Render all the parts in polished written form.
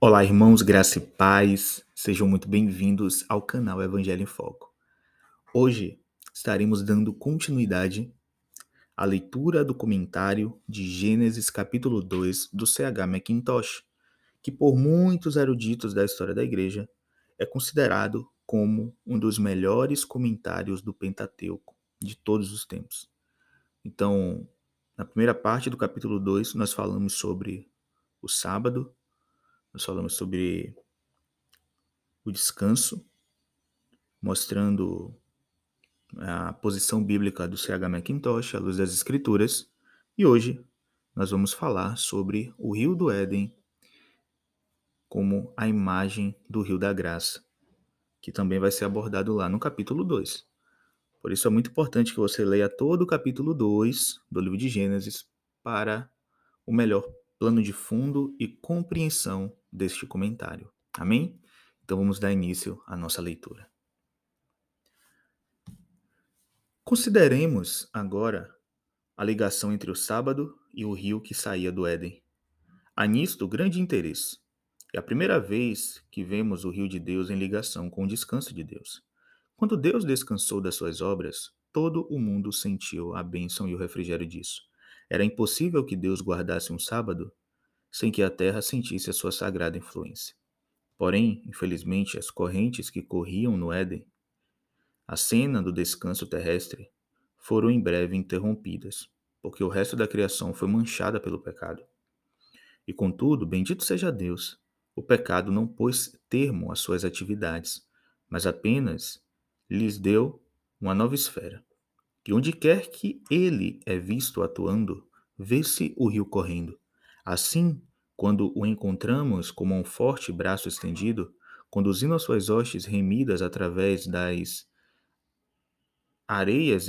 Olá, irmãos, graça e paz, sejam muito bem-vindos ao canal Evangelho em Foco. Hoje estaremos dando continuidade à leitura do comentário de Gênesis capítulo 2 do C.H. Mackintosh, que por muitos eruditos da história da igreja é considerado como um dos melhores comentários do Pentateuco de todos os tempos. Então, na primeira parte do capítulo 2, nós falamos sobre o sábado, nós falamos sobre o descanso, mostrando a posição bíblica do C.H. Mackintosh à luz das Escrituras. E hoje nós vamos falar sobre o Rio do Éden como a imagem do Rio da Graça, que também vai ser abordado lá no capítulo 2. Por isso é muito importante que você leia todo o capítulo 2 do livro de Gênesis para o melhor plano de fundo e compreensão deste comentário. Amém? Então vamos dar início à nossa leitura. Consideremos agora a ligação entre o sábado e o rio que saía do Éden. Há nisto grande interesse. É a primeira vez que vemos o rio de Deus em ligação com o descanso de Deus. Quando Deus descansou das suas obras, todo o mundo sentiu a bênção e o refrigério disso. Era impossível que Deus guardasse um sábado sem que a terra sentisse a sua sagrada influência. Porém, infelizmente, as correntes que corriam no Éden, a cena do descanso terrestre, foram em breve interrompidas, porque o resto da criação foi manchada pelo pecado. E contudo, bendito seja Deus, o pecado não pôs termo às suas atividades, mas apenas lhes deu uma nova esfera. E onde quer que ele é visto atuando, vê-se o rio correndo. Assim, quando o encontramos como um forte braço estendido, conduzindo as suas hostes remidas através das areias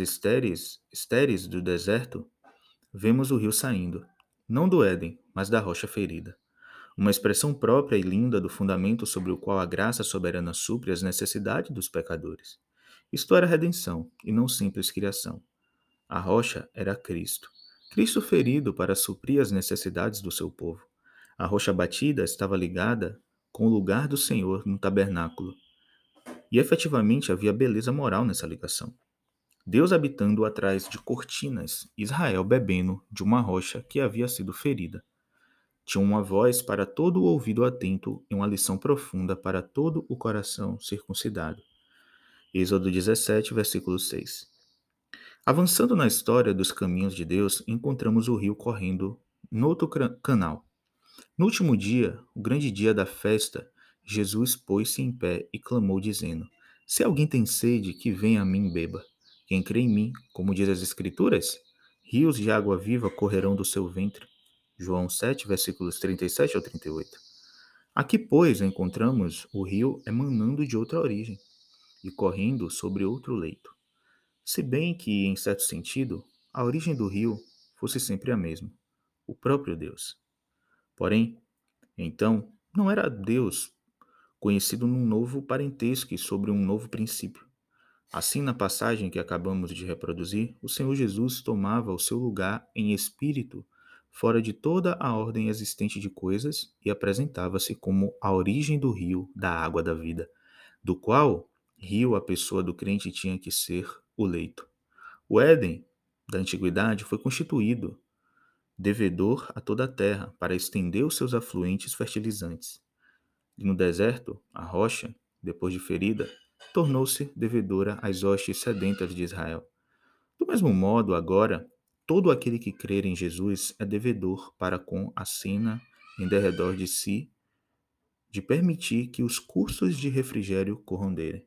estéreis do deserto, vemos o rio saindo, não do Éden, mas da rocha ferida. Uma expressão própria e linda do fundamento sobre o qual a graça soberana supre as necessidades dos pecadores. Isto era redenção, e não simples criação. A rocha era Cristo. Cristo ferido para suprir as necessidades do seu povo. A rocha batida estava ligada com o lugar do Senhor no tabernáculo. E efetivamente havia beleza moral nessa ligação. Deus habitando atrás de cortinas, Israel bebendo de uma rocha que havia sido ferida. Tinha uma voz para todo o ouvido atento e uma lição profunda para todo o coração circuncidado. Êxodo 17, versículo 6. Avançando na história dos caminhos de Deus, encontramos o rio correndo no outro canal. No último dia, o grande dia da festa, Jesus pôs-se em pé e clamou, dizendo: Se alguém tem sede, que venha a mim e beba. Quem crê em mim, como diz as Escrituras, rios de água viva correrão do seu ventre. João 7, versículos 37 ao 38. Aqui, pois, encontramos o rio emanando de outra origem e correndo sobre outro leito. Se bem que, em certo sentido, a origem do rio fosse sempre a mesma, o próprio Deus. Porém, então, não era Deus conhecido num novo parentesco e sobre um novo princípio. Assim, na passagem que acabamos de reproduzir, o Senhor Jesus tomava o seu lugar em espírito fora de toda a ordem existente de coisas e apresentava-se como a origem do rio da água da vida, do qual rio a pessoa do crente tinha que ser o leito. O Éden da antiguidade foi constituído devedor a toda a terra para estender os seus afluentes fertilizantes. E no deserto, a rocha, depois de ferida, tornou-se devedora às hostes sedentas de Israel. Do mesmo modo, agora, todo aquele que crer em Jesus é devedor para com a cena em derredor de si, de permitir que os cursos de refrigério corram dele.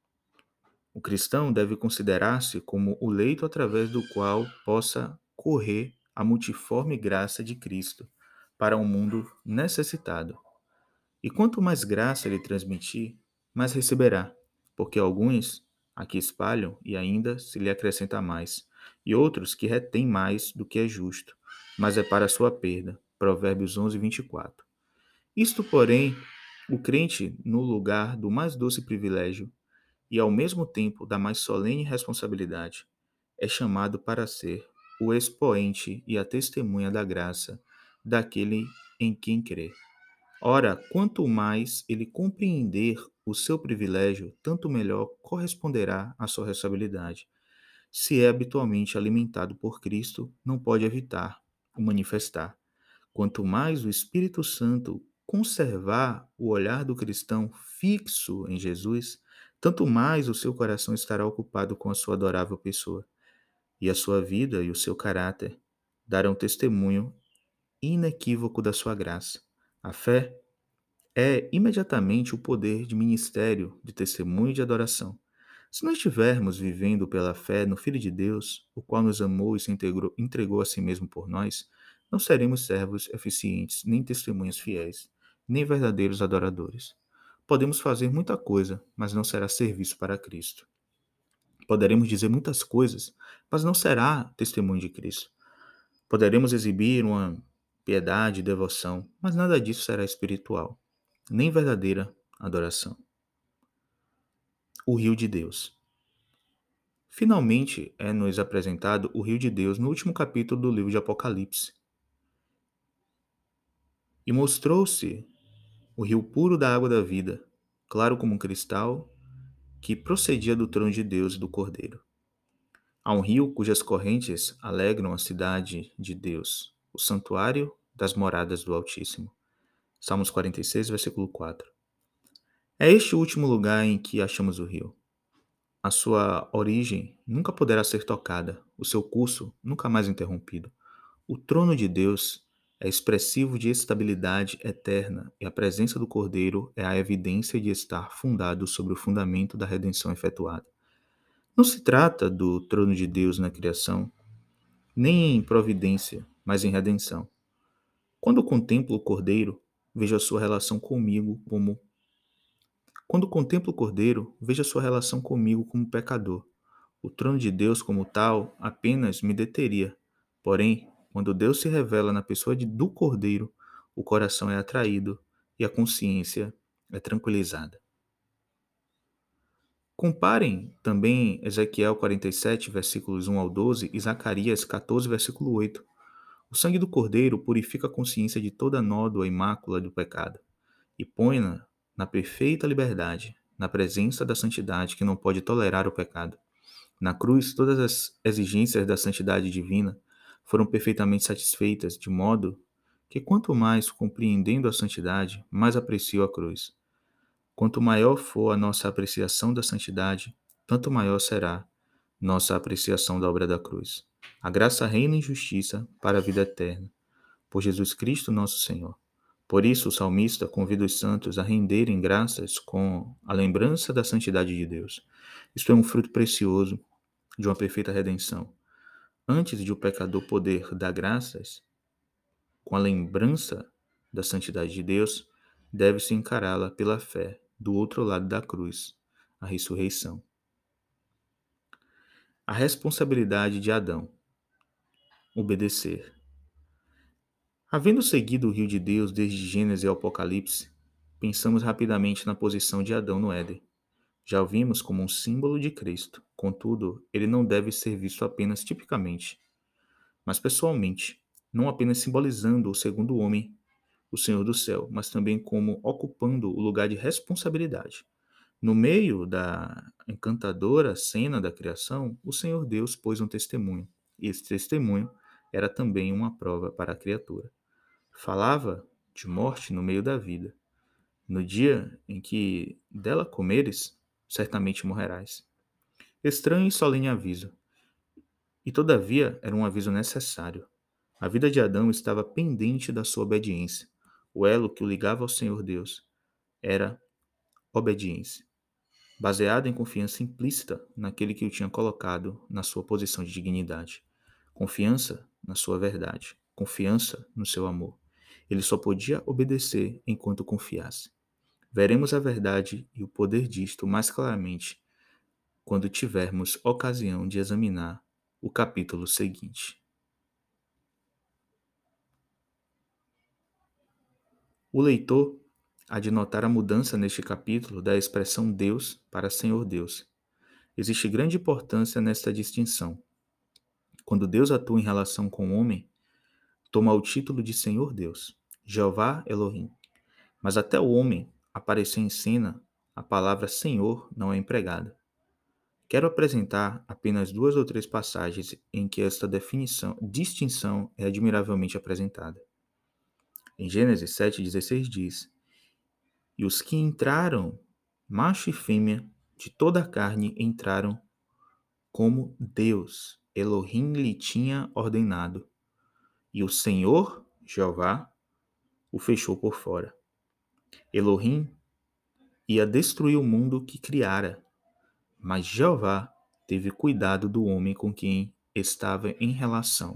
O cristão deve considerar-se como o leito através do qual possa correr a multiforme graça de Cristo para um mundo necessitado. E quanto mais graça ele transmitir, mais receberá, porque alguns aqui espalham e ainda se lhe acrescenta mais, e outros que retêm mais do que é justo, mas é para a sua perda. Provérbios 11, 24. Isto, porém, o crente, no lugar do mais doce privilégio, e ao mesmo tempo da mais solene responsabilidade, é chamado para ser o expoente e a testemunha da graça daquele em quem crê. Ora, quanto mais ele compreender o seu privilégio, tanto melhor corresponderá à sua responsabilidade. Se é habitualmente alimentado por Cristo, não pode evitar o manifestar. Quanto mais o Espírito Santo conservar o olhar do cristão fixo em Jesus, tanto mais o seu coração estará ocupado com a sua adorável pessoa, e a sua vida e o seu caráter darão testemunho inequívoco da sua graça. A fé é imediatamente o poder de ministério, de testemunho e de adoração. Se não estivermos vivendo pela fé no Filho de Deus, o qual nos amou e se entregou a si mesmo por nós, não seremos servos eficientes, nem testemunhas fiéis, nem verdadeiros adoradores. Podemos fazer muita coisa, mas não será serviço para Cristo. Poderemos dizer muitas coisas, mas não será testemunho de Cristo. Poderemos exibir uma piedade e devoção, mas nada disso será espiritual, nem verdadeira adoração. O rio de Deus. Finalmente é-nos apresentado o rio de Deus no último capítulo do livro de Apocalipse. E mostrou-se o rio puro da água da vida, claro como um cristal, que procedia do trono de Deus e do Cordeiro. Há um rio cujas correntes alegram a cidade de Deus, o santuário das moradas do Altíssimo. Salmos 46, versículo 4. É este o último lugar em que achamos o rio. A sua origem nunca poderá ser tocada, o seu curso nunca mais interrompido. O trono de Deus é expressivo de estabilidade eterna e a presença do Cordeiro é a evidência de estar fundado sobre o fundamento da redenção efetuada. Não se trata do trono de Deus na criação, nem em providência, mas em redenção. Quando contemplo o Cordeiro, vejo a sua relação comigo como Quando contemplo o Cordeiro, vejo a sua relação comigo como pecador. O trono de Deus, como tal, apenas me deteria. Porém, quando Deus se revela na pessoa do Cordeiro, o coração é atraído e a consciência é tranquilizada. Comparem também Ezequiel 47, versículos 1 ao 12 e Zacarias 14, versículo 8. O sangue do Cordeiro purifica a consciência de toda nódoa e mácula do pecado e põe-na na perfeita liberdade, na presença da santidade que não pode tolerar o pecado. Na cruz, todas as exigências da santidade divina foram perfeitamente satisfeitas, de modo que quanto mais compreendendo a santidade, mais aprecio a cruz. Quanto maior for a nossa apreciação da santidade, tanto maior será nossa apreciação da obra da cruz. A graça reina em justiça para a vida eterna, por Jesus Cristo nosso Senhor. Por isso, o salmista convida os santos a renderem graças com a lembrança da santidade de Deus. Isto é um fruto precioso de uma perfeita redenção. Antes de o pecador poder dar graças com a lembrança da santidade de Deus, deve-se encará-la pela fé do outro lado da cruz, a ressurreição. A responsabilidade de Adão. Obedecer. Havendo seguido o rio de Deus desde Gênesis ao Apocalipse, pensamos rapidamente na posição de Adão no Éden. Já o vimos como um símbolo de Cristo, contudo, ele não deve ser visto apenas tipicamente, mas pessoalmente, não apenas simbolizando o segundo homem, o Senhor do céu, mas também como ocupando o lugar de responsabilidade. No meio da encantadora cena da criação, o Senhor Deus pôs um testemunho, e esse testemunho era também uma prova para a criatura. Falava de morte no meio da vida. No dia em que dela comeres, certamente morrerás. Estranho e solene aviso. E todavia era um aviso necessário. A vida de Adão estava pendente da sua obediência. O elo que o ligava ao Senhor Deus era obediência, baseada em confiança implícita naquele que o tinha colocado na sua posição de dignidade. Confiança na sua verdade, confiança no seu amor. Ele só podia obedecer enquanto confiasse. Veremos a verdade e o poder disto mais claramente quando tivermos ocasião de examinar o capítulo seguinte. O leitor há de notar a mudança neste capítulo da expressão Deus para Senhor Deus. Existe grande importância nesta distinção. Quando Deus atua em relação com o homem, toma o título de Senhor Deus, Jeová Elohim. Mas até o homem aparecer em cena, a palavra Senhor não é empregada. Quero apresentar apenas 2 ou 3 passagens em que esta distinção é admiravelmente apresentada. Em Gênesis 7,16 diz: E os que entraram, macho e fêmea, de toda a carne entraram como Deus, Elohim, lhe tinha ordenado, e o Senhor, Jeová, o fechou por fora. Elohim ia destruir o mundo que criara, mas Jeová teve cuidado do homem com quem estava em relação.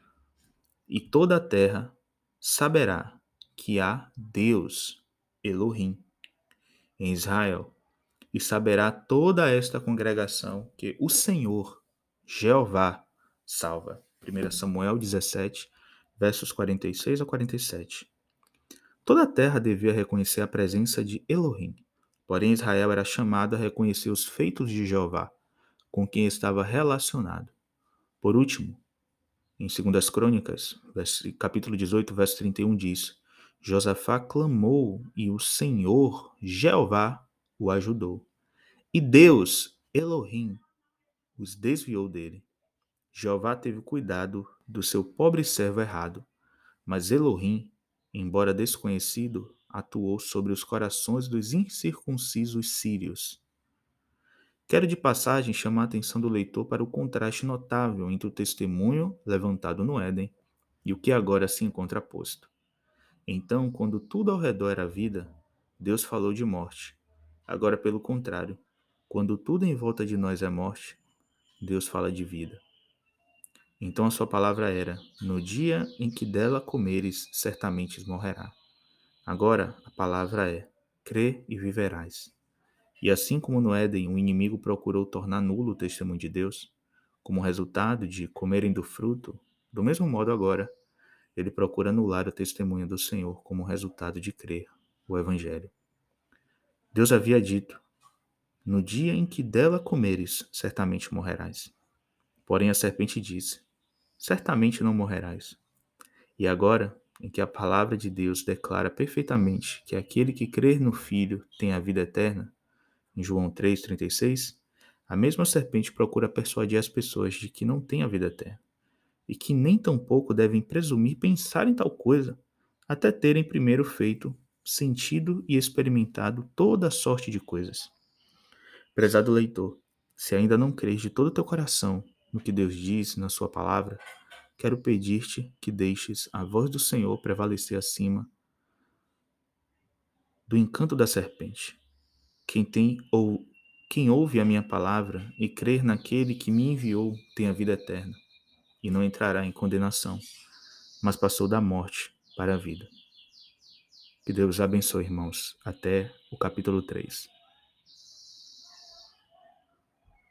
E toda a terra saberá que há Deus, Elohim, em Israel, e saberá toda esta congregação que o Senhor, Jeová, salva. 1 Samuel 17, versos 46 a 47. Toda a terra devia reconhecer a presença de Elohim, porém Israel era chamado a reconhecer os feitos de Jeová, com quem estava relacionado. Por último, em 2 Crônicas, capítulo 18, verso 31 diz: Josafá clamou e o Senhor, Jeová, o ajudou. E Deus, Elohim, os desviou dele. Jeová teve cuidado do seu pobre servo errado, mas Elohim, embora desconhecido, atuou sobre os corações dos incircuncisos sírios. Quero de passagem chamar a atenção do leitor para o contraste notável entre o testemunho levantado no Éden e o que agora se encontra posto. Então, quando tudo ao redor era vida, Deus falou de morte. Agora, pelo contrário, quando tudo em volta de nós é morte, Deus fala de vida. Então a sua palavra era: no dia em que dela comeres, certamente morrerá. Agora a palavra é: crê e viverás. E assim como no Éden o inimigo procurou tornar nulo o testemunho de Deus, como resultado de comerem do fruto, do mesmo modo agora, ele procura anular o testemunho do Senhor como resultado de crer o Evangelho. Deus havia dito: no dia em que dela comeres, certamente morrerás. Porém a serpente disse: certamente não morrerás. E agora, em que a palavra de Deus declara perfeitamente que aquele que crer no Filho tem a vida eterna, em João 3,36, a mesma serpente procura persuadir as pessoas de que não têm a vida eterna, e que nem tampouco devem presumir pensar em tal coisa, até terem primeiro feito, sentido e experimentado toda a sorte de coisas. Prezado leitor, se ainda não crês de todo o teu coração no que Deus diz na sua palavra, quero pedir-te que deixes a voz do Senhor prevalecer acima do encanto da serpente. Quem ouve a minha palavra e crer naquele que me enviou tem a vida eterna, e não entrará em condenação, mas passou da morte para a vida. Que Deus abençoe, irmãos. Até o capítulo 3.